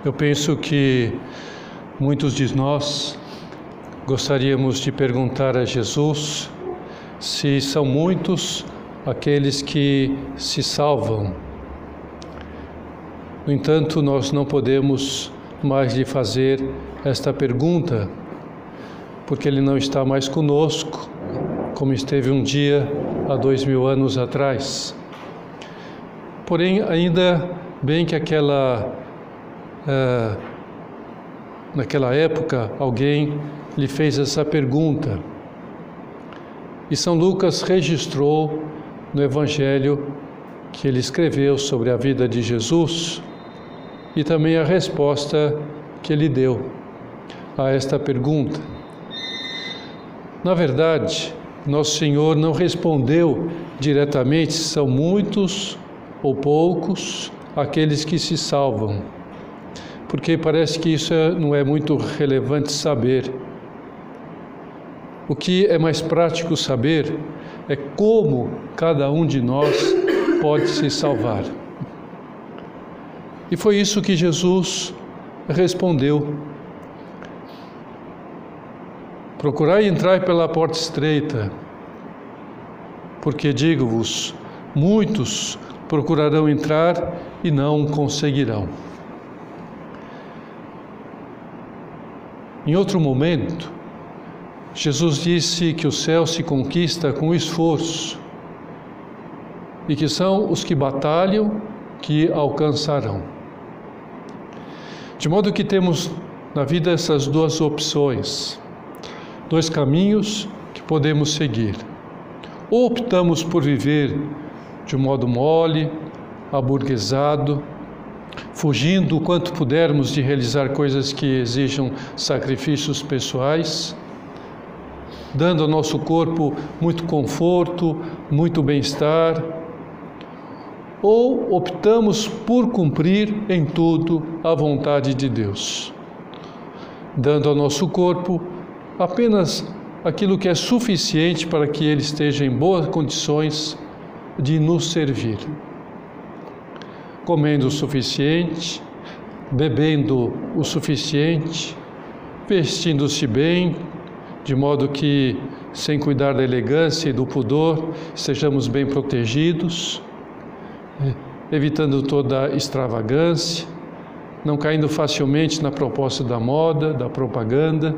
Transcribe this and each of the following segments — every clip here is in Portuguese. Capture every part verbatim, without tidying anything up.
Eu penso que muitos de nós gostaríamos de perguntar a Jesus se são muitos aqueles que se salvam. No entanto, nós não podemos mais lhe fazer esta pergunta, porque Ele não está mais conosco, como esteve um dia há dois mil anos atrás. Porém, ainda bem que aquela, uh, naquela época, alguém lhe fez essa pergunta. E São Lucas registrou no Evangelho que ele escreveu sobre a vida de Jesus e também a resposta que ele deu a esta pergunta. Na verdade, Nosso Senhor não respondeu diretamente se são muitos ou poucos aqueles que se salvam, porque parece que isso é, não é muito relevante saber. O que é mais prático saber é como cada um de nós pode se salvar. E foi isso que Jesus respondeu. Procurai entrar pela porta estreita, porque digo-vos, muitos procurarão entrar e não conseguirão. Em outro momento, Jesus disse que o céu se conquista com esforço e que são os que batalham que alcançarão. De modo que temos na vida essas duas opções, dois caminhos que podemos seguir. Ou optamos por viver de um modo mole, aburguesado, fugindo o quanto pudermos de realizar coisas que exijam sacrifícios pessoais, dando ao nosso corpo muito conforto, muito bem-estar, ou optamos por cumprir em tudo a vontade de Deus, dando ao nosso corpo apenas aquilo que é suficiente para que ele esteja em boas condições de nos servir, comendo o suficiente, bebendo o suficiente, vestindo-se bem, de modo que, sem cuidar da elegância e do pudor, estejamos bem protegidos, evitando toda extravagância, não caindo facilmente na proposta da moda, da propaganda.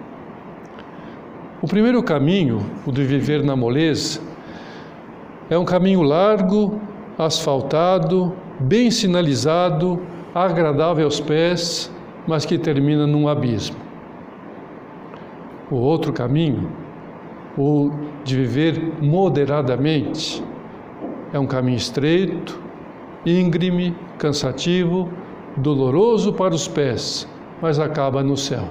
O primeiro caminho, o de viver na moleza, é um caminho largo, asfaltado, bem sinalizado, agradável aos pés, mas que termina num abismo. O outro caminho, o de viver moderadamente, é um caminho estreito, íngreme, cansativo, doloroso para os pés, mas acaba no céu.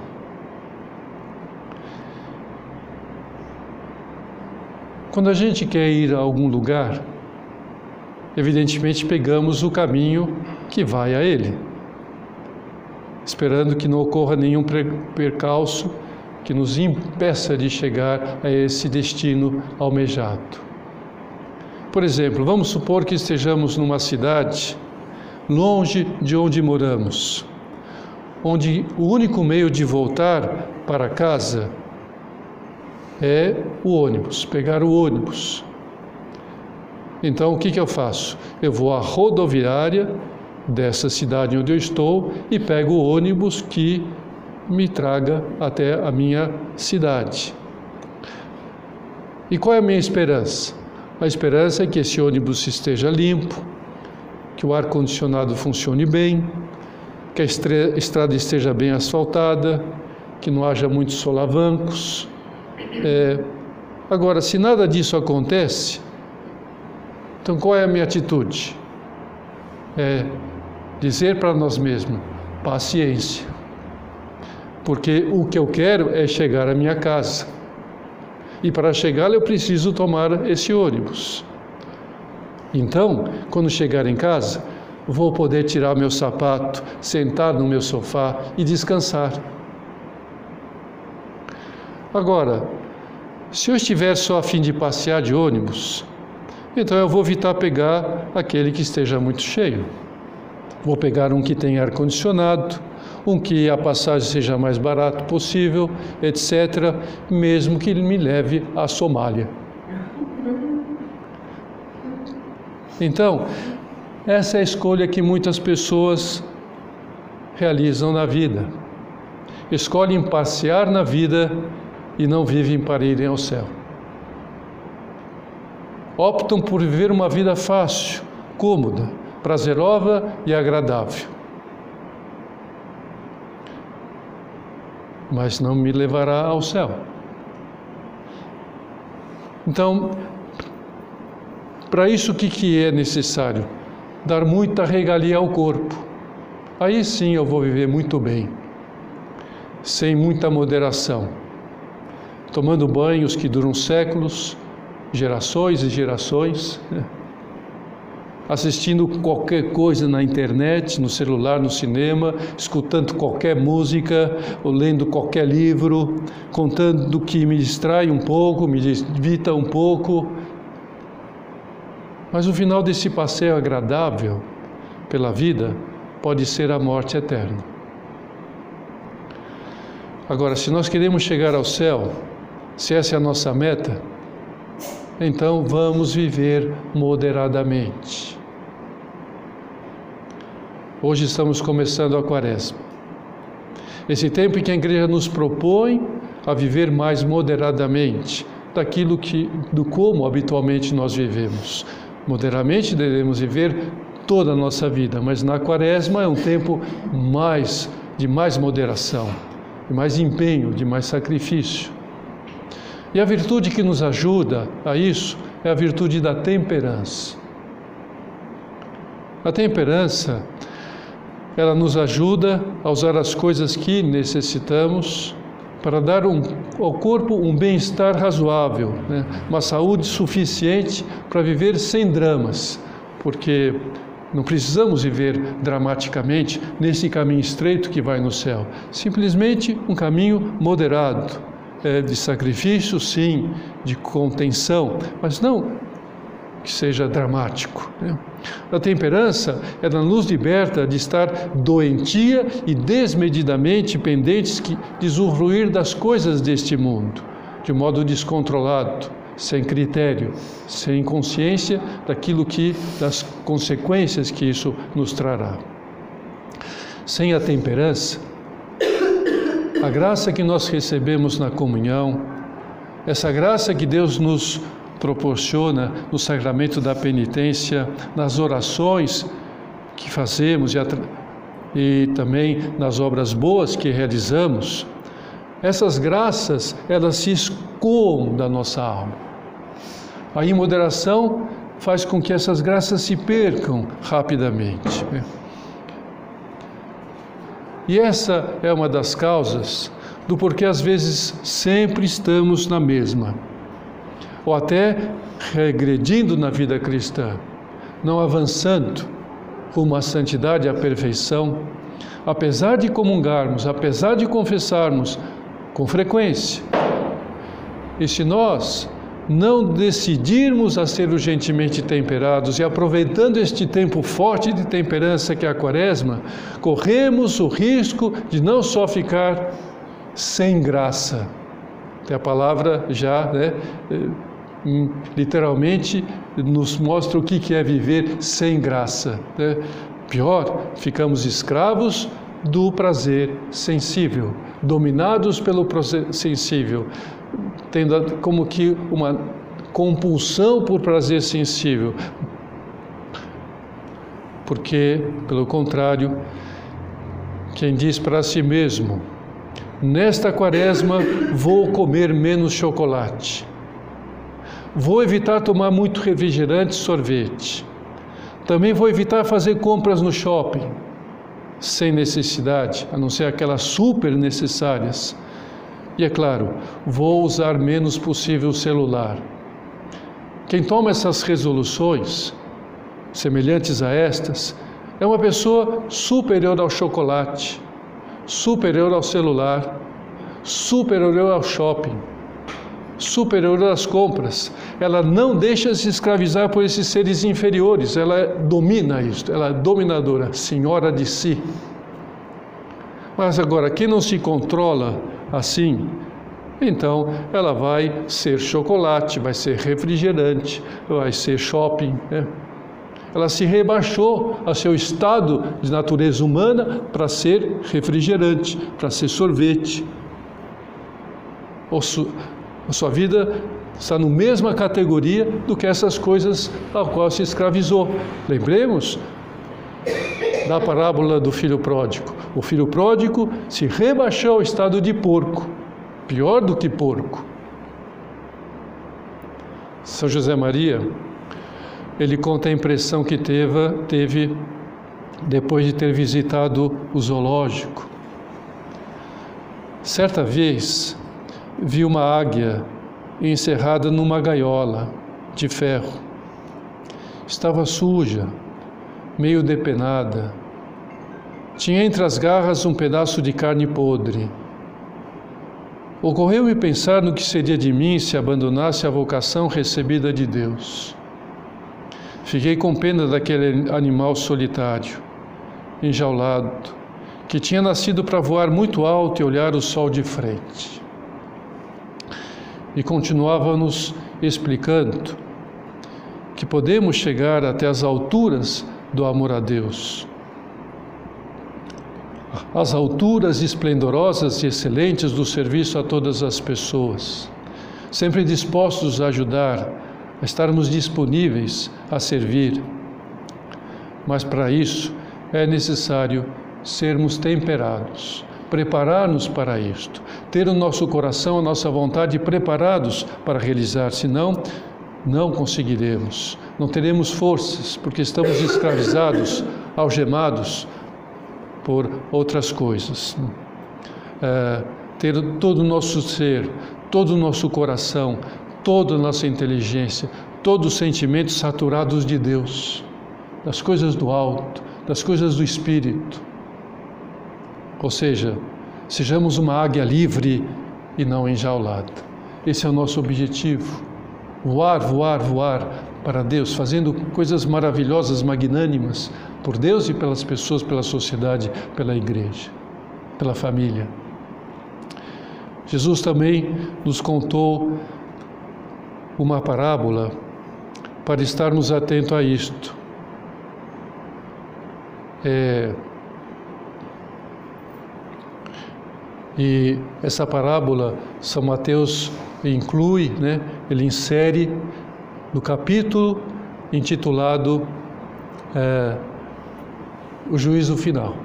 Quando a gente quer ir a algum lugar, evidentemente pegamos o caminho que vai a ele, esperando que não ocorra nenhum percalço que nos impeça de chegar a esse destino almejado. Por exemplo, vamos supor que estejamos numa cidade longe de onde moramos, onde o único meio de voltar para casa é o ônibus, pegar o ônibus. Então, o que que eu faço? Eu vou à rodoviária dessa cidade onde eu estou e pego o ônibus que me traga até a minha cidade. E qual é a minha esperança? A esperança é que esse ônibus esteja limpo, que o ar-condicionado funcione bem, que a estrada esteja bem asfaltada, que não haja muitos solavancos. É, agora, se nada disso acontece, então qual é a minha atitude? É dizer para nós mesmos, paciência, porque o que eu quero é chegar à minha casa, e para chegar eu preciso tomar esse ônibus. Então, quando chegar em casa, vou poder tirar meu sapato, sentar no meu sofá e descansar. Agora, se eu estiver só a fim de passear de ônibus, então eu vou evitar pegar aquele que esteja muito cheio. Vou pegar um que tem ar-condicionado, um que a passagem seja mais barata possível, etcétera, mesmo que ele me leve à Somália. Então, essa é a escolha que muitas pessoas realizam na vida. Escolhem passear na vida e não vivem para irem ao céu. Optam por viver uma vida fácil, cômoda, prazerosa e agradável. Mas não me levará ao céu. Então, para isso o que, que é necessário? Dar muita regalia ao corpo. Aí sim eu vou viver muito bem, sem muita moderação, tomando banhos que duram séculos, gerações e gerações, né? Assistindo qualquer coisa na internet, no celular, no cinema, escutando qualquer música, ou lendo qualquer livro, contando que me distrai um pouco, me evita um pouco. Mas o final desse passeio agradável pela vida pode ser a morte eterna. Agora, se nós queremos chegar ao céu, se essa é a nossa meta, então vamos viver moderadamente. Hoje estamos começando a Quaresma. Esse tempo em que a igreja nos propõe a viver mais moderadamente daquilo que, do como habitualmente nós vivemos. Moderadamente devemos viver toda a nossa vida, mas na Quaresma é um tempo mais de mais moderação, de mais empenho, de mais sacrifício. E a virtude que nos ajuda a isso é a virtude da temperança. A temperança, ela nos ajuda a usar as coisas que necessitamos para dar um, ao corpo um bem-estar razoável, né? Uma saúde suficiente para viver sem dramas, porque não precisamos viver dramaticamente nesse caminho estreito que vai no céu. Simplesmente um caminho moderado, é, de sacrifício, sim, de contenção, mas não que seja dramático, né? A temperança, ela nos liberta de estar doentia e desmedidamente pendentes de usufruir das coisas deste mundo, de um modo descontrolado, sem critério, sem consciência daquilo que, das consequências que isso nos trará. Sem a temperança, a graça que nós recebemos na comunhão, essa graça que Deus nos proporciona no sacramento da penitência, nas orações que fazemos e, e também nas obras boas que realizamos, essas graças, elas se escoam da nossa alma. A imoderação faz com que essas graças se percam rapidamente. E essa é uma das causas do porquê às vezes sempre estamos na mesma, ou até regredindo na vida cristã, não avançando rumo à santidade e à perfeição, apesar de comungarmos, apesar de confessarmos com frequência. E se nós não decidirmos a ser urgentemente temperados e aproveitando este tempo forte de temperança que é a Quaresma, corremos o risco de não só ficar sem graça, que a palavra já, né, literalmente nos mostra o que é viver sem graça, né? Pior, ficamos escravos do prazer sensível, dominados pelo prazer sensível, tendo como que uma compulsão por prazer sensível, porque, pelo contrário, quem diz para si mesmo, nesta Quaresma vou comer menos chocolate, vou evitar tomar muito refrigerante e sorvete, também vou evitar fazer compras no shopping, sem necessidade, a não ser aquelas super necessárias. E é claro, vou usar menos possível o celular. Quem toma essas resoluções, semelhantes a estas, é uma pessoa superior ao chocolate, superior ao celular, superior ao shopping, superior às compras. Ela não deixa se escravizar por esses seres inferiores, ela domina isto, ela é dominadora, senhora de si. Mas agora, quem não se controla assim, então ela vai ser chocolate, vai ser refrigerante, vai ser shopping, né? Ela se rebaixou a seu estado de natureza humana para ser refrigerante, para ser sorvete. A sua vida está na mesma categoria do que essas coisas a qual se escravizou. Lembremos da parábola do filho pródigo. O filho pródigo se rebaixou ao estado de porco, pior do que porco. São José Maria, ele conta a impressão que teve, teve depois de ter visitado o zoológico. Certa vez, viu uma águia encerrada numa gaiola de ferro. Estava suja, meio depenada. Tinha entre as garras um pedaço de carne podre. Ocorreu-me pensar no que seria de mim se abandonasse a vocação recebida de Deus. Fiquei com pena daquele animal solitário, enjaulado, que tinha nascido para voar muito alto e olhar o sol de frente. E continuava nos explicando que podemos chegar até as alturas do amor a Deus, as alturas esplendorosas e excelentes do serviço a todas as pessoas, sempre dispostos a ajudar, a estarmos disponíveis a servir. Mas para isso é necessário sermos temperados, preparar-nos para isto, ter o nosso coração, a nossa vontade preparados para realizar, senão não conseguiremos, não teremos forças, porque estamos escravizados, algemados por outras coisas. É, ter todo o nosso ser, todo o nosso coração, toda a nossa inteligência, todos os sentimentos saturados de Deus, das coisas do alto, das coisas do Espírito. Ou seja, sejamos uma águia livre e não enjaulada. Esse é o nosso objetivo. Voar, voar, voar para Deus, fazendo coisas maravilhosas, magnânimas, por Deus e pelas pessoas, pela sociedade, pela igreja, pela família. Jesus também nos contou uma parábola para estarmos atentos a isto. É, e essa parábola, São Mateus inclui, né, ele insere no capítulo intitulado é, O Juízo Final.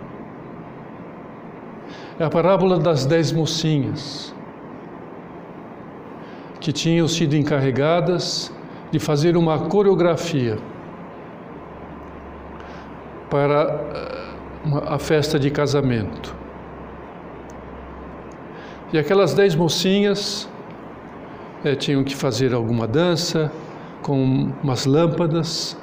É a parábola das dez mocinhas que tinham sido encarregadas de fazer uma coreografia para a festa de casamento. E aquelas dez mocinhas é, tinham que fazer alguma dança com umas lâmpadas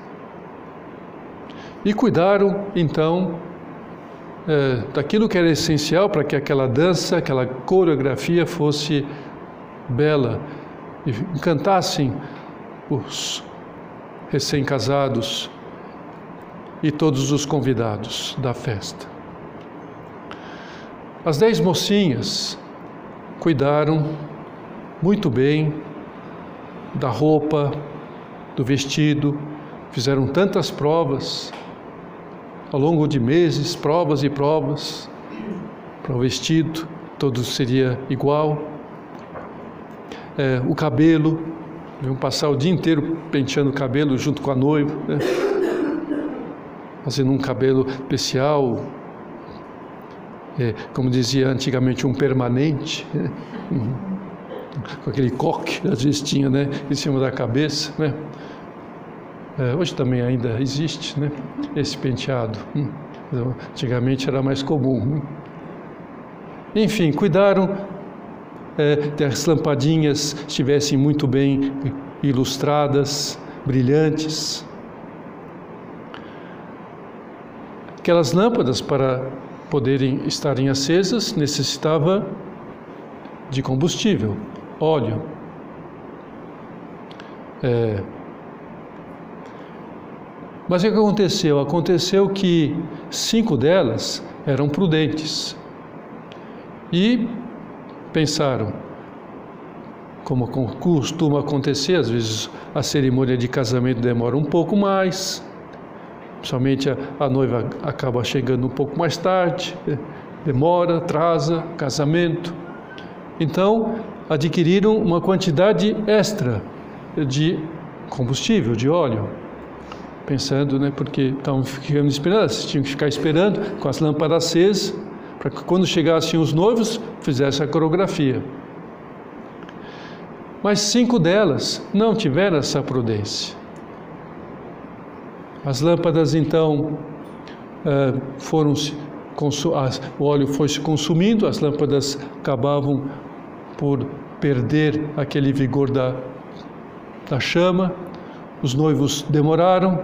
e cuidaram, então, é, daquilo que era essencial para que aquela dança, aquela coreografia fosse bela e encantassem os recém-casados e todos os convidados da festa. As dez mocinhas cuidaram muito bem da roupa, do vestido, fizeram tantas provas, ao longo de meses, provas e provas, para o vestido, todo seria igual. É, o cabelo, iam passar o dia inteiro penteando o cabelo junto com a noiva, né? Fazendo um cabelo especial, é, como dizia antigamente, um permanente, né? Uhum. Com aquele coque, às vezes tinha, né, em cima da cabeça, né? É, hoje também ainda existe, né, esse penteado. Hum. Então, antigamente era mais comum. Hum. Enfim, cuidaram é, que as lampadinhas estivessem muito bem ilustradas, brilhantes. Aquelas lâmpadas, para poderem estarem acesas, necessitava de combustível, óleo. É... Mas o que aconteceu? Aconteceu que cinco delas eram prudentes, E pensaram, como costuma acontecer, às vezes a cerimônia de casamento demora um pouco mais, somente a, a noiva acaba chegando um pouco mais tarde, demora, atrasa, casamento. Então, adquiriram uma quantidade extra de combustível, de óleo, pensando, né, porque estavam ficando esperando, tinham que ficar esperando com as lâmpadas acesas, para que quando chegassem os noivos, fizessem a coreografia. Mas cinco delas não tiveram essa prudência. As lâmpadas, então, foram se o óleo foi se consumindo, as lâmpadas acabavam por perder aquele vigor da, da chama, os noivos demoraram,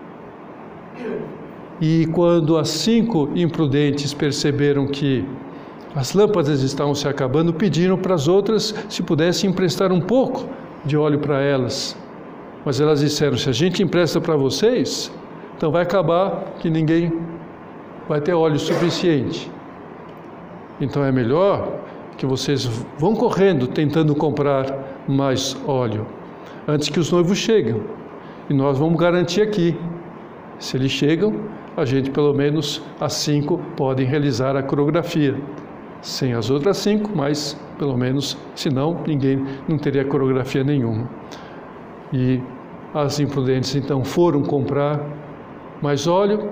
e quando as cinco imprudentes perceberam que as lâmpadas estavam se acabando, pediram para as outras se pudessem emprestar um pouco de óleo para elas. Mas elas disseram, se a gente empresta para vocês, então vai acabar que ninguém vai ter óleo suficiente. Então é melhor que vocês vão correndo tentando comprar mais óleo antes que os noivos cheguem. E nós vamos garantir aqui, se eles chegam, a gente pelo menos as cinco podem realizar a coreografia. Sem as outras cinco, mas pelo menos, senão ninguém não teria coreografia nenhuma. E as imprudentes então foram comprar mais óleo,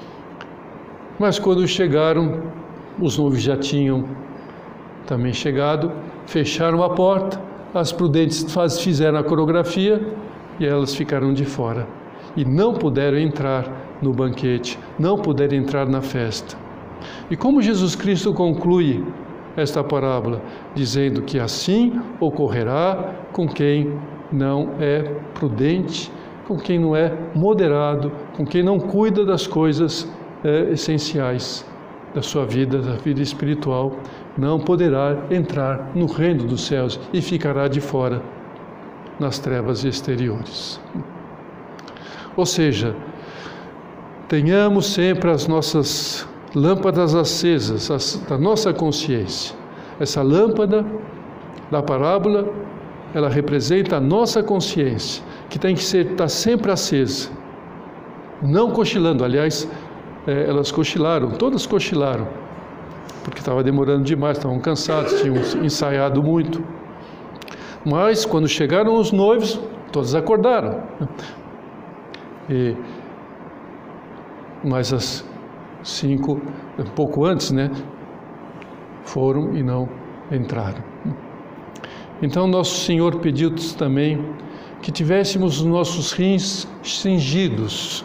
mas quando chegaram, os noivos já tinham também chegado, fecharam a porta, as prudentes faz, fizeram a coreografia e elas ficaram de fora. E não puderam entrar no banquete, não puderam entrar na festa. E como Jesus Cristo conclui esta parábola? Dizendo que assim ocorrerá com quem não é prudente, com quem não é moderado, com quem não cuida das coisas é, essenciais da sua vida, da vida espiritual, não poderá entrar no reino dos céus e ficará de fora nas trevas exteriores. Ou seja, tenhamos sempre as nossas lâmpadas acesas as, da nossa consciência. Essa lâmpada da parábola, ela representa a nossa consciência, que tem que ser, estar sempre acesa, não cochilando. Aliás, é, elas cochilaram, todas cochilaram, porque estava demorando demais, estavam cansados, tinham ensaiado muito. Mas quando chegaram os noivos, todos acordaram. E, mas as cinco, um pouco antes, né, foram e não entraram. Então nosso Senhor pediu também que tivéssemos os nossos rins cingidos.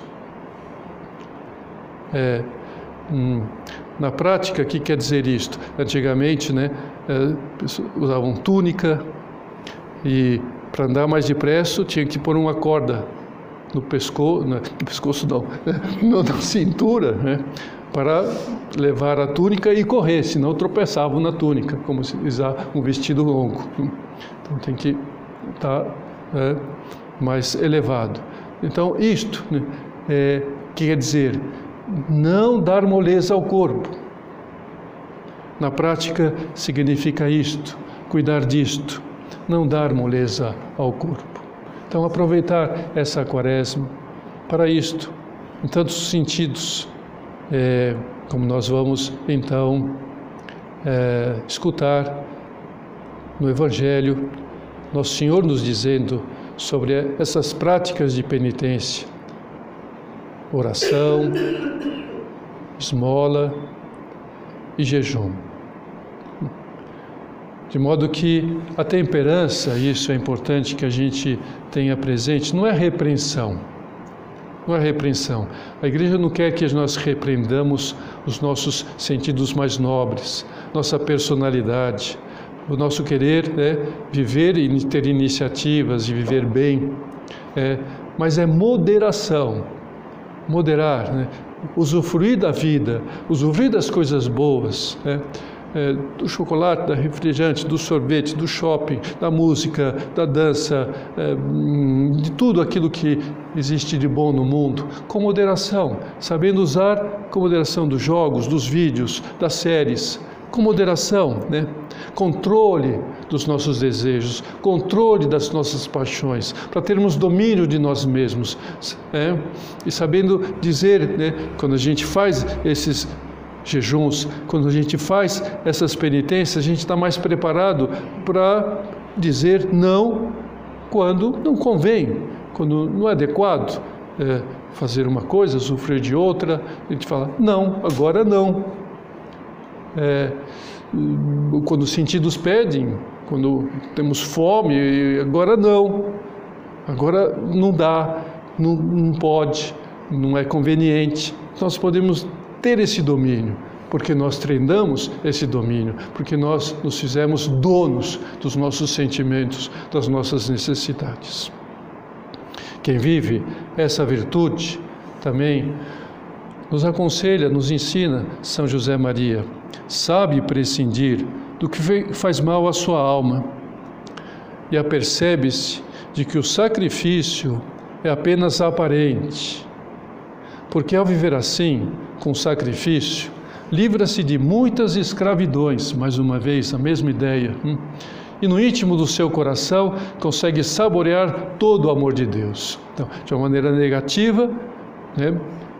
É, hum, na prática, o que quer dizer isto? Antigamente, né, é, usavam túnica e para andar mais depressa tinha que pôr uma corda no pescoço, no pescoço não, na cintura, né, para levar a túnica e correr, senão tropeçavam na túnica, como se usar um vestido longo. Então tem que estar é, mais elevado. Então isto, né, é, quer dizer, não dar moleza ao corpo. Na prática significa isto, cuidar disto, não dar moleza ao corpo. Então, aproveitar essa quaresma para isto, em tantos sentidos, é, como nós vamos, então, é, escutar no Evangelho, Nosso Senhor nos dizendo sobre essas práticas de penitência, oração, esmola e jejum. De modo que a temperança, isso é importante que a gente tenha presente, não é repreensão, não é repreensão. A Igreja não quer que nós repreendamos os nossos sentidos mais nobres, nossa personalidade, o nosso querer, né, viver e ter iniciativas e viver bem, é, mas é moderação, moderar, né, usufruir da vida, usufruir das coisas boas, né, É, do chocolate, da refrigerante, do sorvete, do shopping, da música, da dança, é, de tudo aquilo que existe de bom no mundo, com moderação, sabendo usar com moderação dos jogos, dos vídeos, das séries, com moderação, né? Controle dos nossos desejos, controle das nossas paixões, para termos domínio de nós mesmos, né? E sabendo dizer, né, quando a gente faz esses jejuns, quando a gente faz essas penitências, a gente está mais preparado para dizer não quando não convém, quando não é adequado é, fazer uma coisa, sofrer de outra. A gente fala, não, agora não. É, quando os sentidos pedem, quando temos fome, agora não, agora não dá, não, não pode, não é conveniente. Nós podemos ter esse domínio, porque nós treinamos esse domínio, porque nós nos fizemos donos dos nossos sentimentos, das nossas necessidades. Quem vive essa virtude também nos aconselha, nos ensina São José Maria, sabe prescindir do que faz mal à sua alma e apercebe-se de que o sacrifício é apenas aparente, porque ao viver assim, com sacrifício, livra-se de muitas escravidões, mais uma vez, a mesma ideia, hum? E no íntimo do seu coração consegue saborear todo o amor de Deus. Então, de uma maneira negativa, né?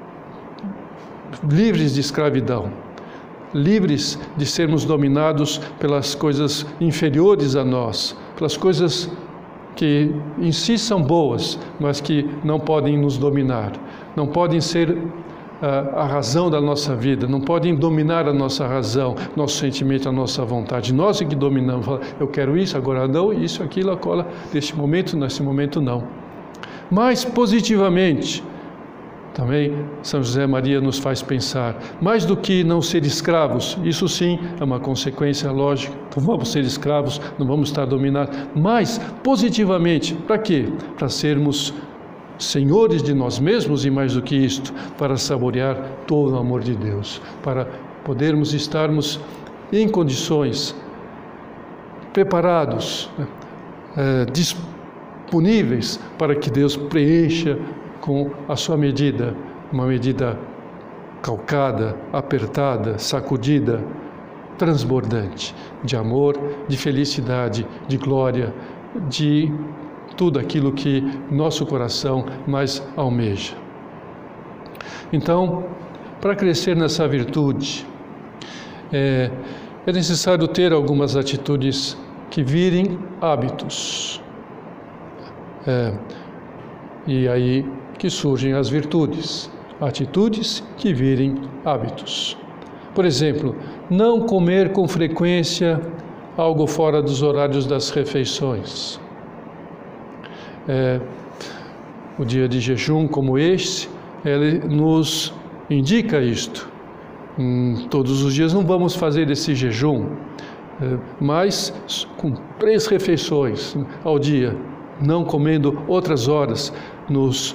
Livres de escravidão, livres de sermos dominados pelas coisas inferiores a nós, pelas coisas que em si são boas, mas que não podem nos dominar, não podem ser a, a razão da nossa vida, não podem dominar a nossa razão, nosso sentimento, a nossa vontade. Nós é que dominamos, eu quero isso, agora não, isso, aquilo, agora, neste momento, nesse momento não. Mas positivamente, também São José Maria nos faz pensar, mais do que não ser escravos, isso sim é uma consequência lógica, não vamos ser escravos, não vamos estar dominados, mas positivamente, para quê? Para sermos senhores de nós mesmos e mais do que isto, para saborear todo o amor de Deus, para podermos estarmos em condições, preparados, é, disponíveis para que Deus preencha com a sua medida, uma medida calcada, apertada, sacudida, transbordante, de amor, de felicidade, de glória, de tudo aquilo que nosso coração mais almeja. Então, para crescer nessa virtude, é, é necessário ter algumas atitudes que virem hábitos. É, e aí que surgem as virtudes, atitudes que virem hábitos. Por exemplo, não comer com frequência algo fora dos horários das refeições. É, o dia de jejum como este, ele nos indica isto. Hum, todos os dias não vamos fazer esse jejum, é, mas com três refeições ao dia, não comendo outras horas, nos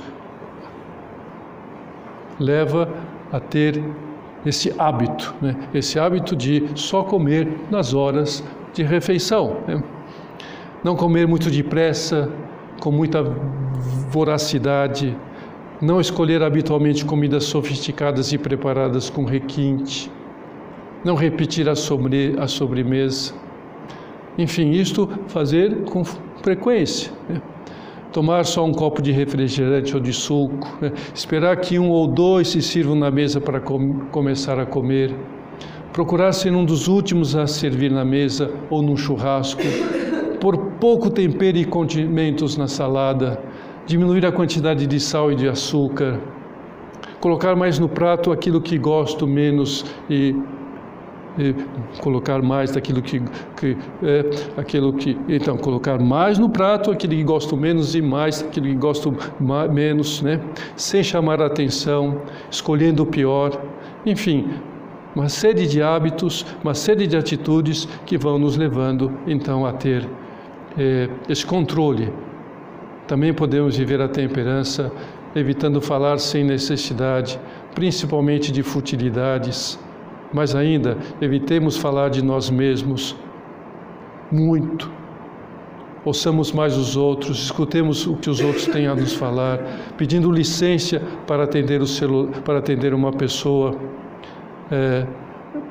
leva a ter esse hábito, né? Esse hábito de só comer nas horas de refeição, né? Não comer muito depressa, com muita voracidade, não escolher habitualmente comidas sofisticadas e preparadas com requinte, não repetir a, sobre, a sobremesa. Enfim, isto fazer com frequência, né? Tomar só um copo de refrigerante ou de suco, né? Esperar que um ou dois se sirvam na mesa para com, começar a comer, procurar ser um dos últimos a servir na mesa ou num churrasco, pôr pouco tempero e condimentos na salada, diminuir a quantidade de sal e de açúcar, colocar mais no prato aquilo que gosto menos e E colocar mais daquilo que, que é aquilo que então colocar mais no prato aquilo que gosto menos e mais aquilo que gosto mais, menos, né? Sem chamar a atenção, escolhendo o pior, enfim, uma série de hábitos, uma série de atitudes que vão nos levando então a ter é, esse controle. Também podemos viver a temperança, evitando falar sem necessidade, principalmente de futilidades. Mas ainda, evitemos falar de nós mesmos muito. Ouçamos mais os outros, escutemos o que os outros têm a nos falar, pedindo licença para atender, o celu... para atender uma pessoa, é,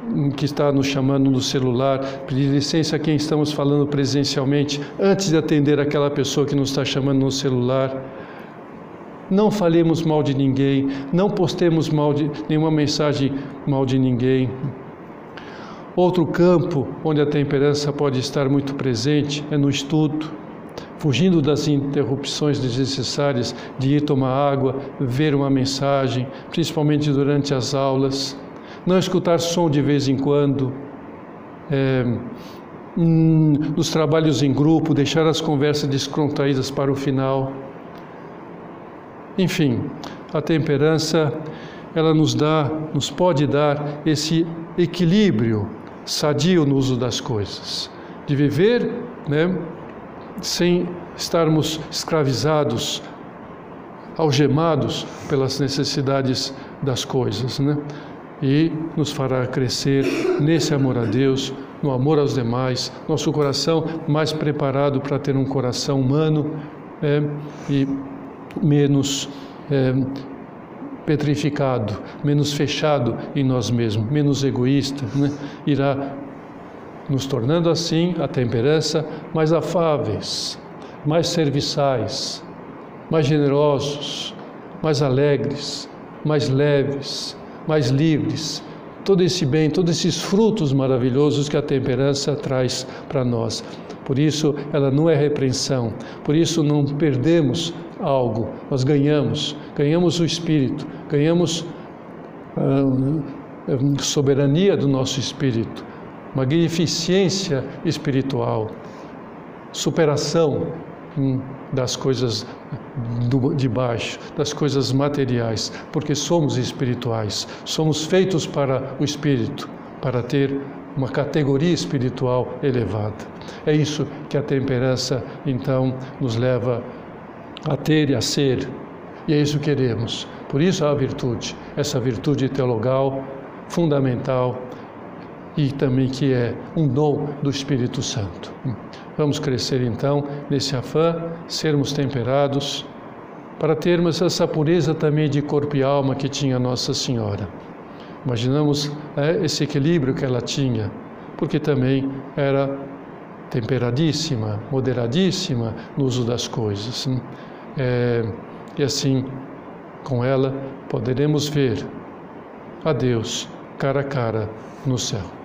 que está nos chamando no celular, pedir licença a quem estamos falando presencialmente, antes de atender aquela pessoa que nos está chamando no celular. Não falemos mal de ninguém, não postemos mal de, nenhuma mensagem mal de ninguém. Outro campo onde a temperança pode estar muito presente é no estudo, fugindo das interrupções desnecessárias de ir tomar água, ver uma mensagem, principalmente durante as aulas, não escutar som de vez em quando, é, hum, nos trabalhos em grupo, deixar as conversas descontraídas para o final. Enfim, a temperança, ela nos dá, nos pode dar esse equilíbrio sadio no uso das coisas, de viver, né, sem estarmos escravizados, algemados pelas necessidades das coisas, né? E nos fará crescer nesse amor a Deus, no amor aos demais, nosso coração mais preparado para ter um coração humano é, e menos é, petrificado, menos fechado em nós mesmos, menos egoísta, né? Irá nos tornando assim, a temperança, mais afáveis, mais serviçais, mais generosos, mais alegres, mais leves, mais livres. Todo esse bem, todos esses frutos maravilhosos que a temperança traz para nós. Por isso, ela não é repreensão, por isso não perdemos algo, nós ganhamos, ganhamos o espírito, ganhamos a soberania do nosso espírito, magnificência espiritual, superação hum, das coisas do, de baixo, das coisas materiais, porque somos espirituais, somos feitos para o espírito, para ter uma categoria espiritual elevada. É isso que a temperança, então, nos leva a ter e a ser, e é isso que queremos. Por isso a virtude, essa virtude teologal, fundamental, e também que é um dom do Espírito Santo. Vamos crescer então nesse afã, sermos temperados, para termos essa pureza também de corpo e alma que tinha Nossa Senhora. Imaginamos é, esse equilíbrio que ela tinha, porque também era temperadíssima, moderadíssima no uso das coisas. É, e assim, com ela, poderemos ver a Deus cara a cara no céu.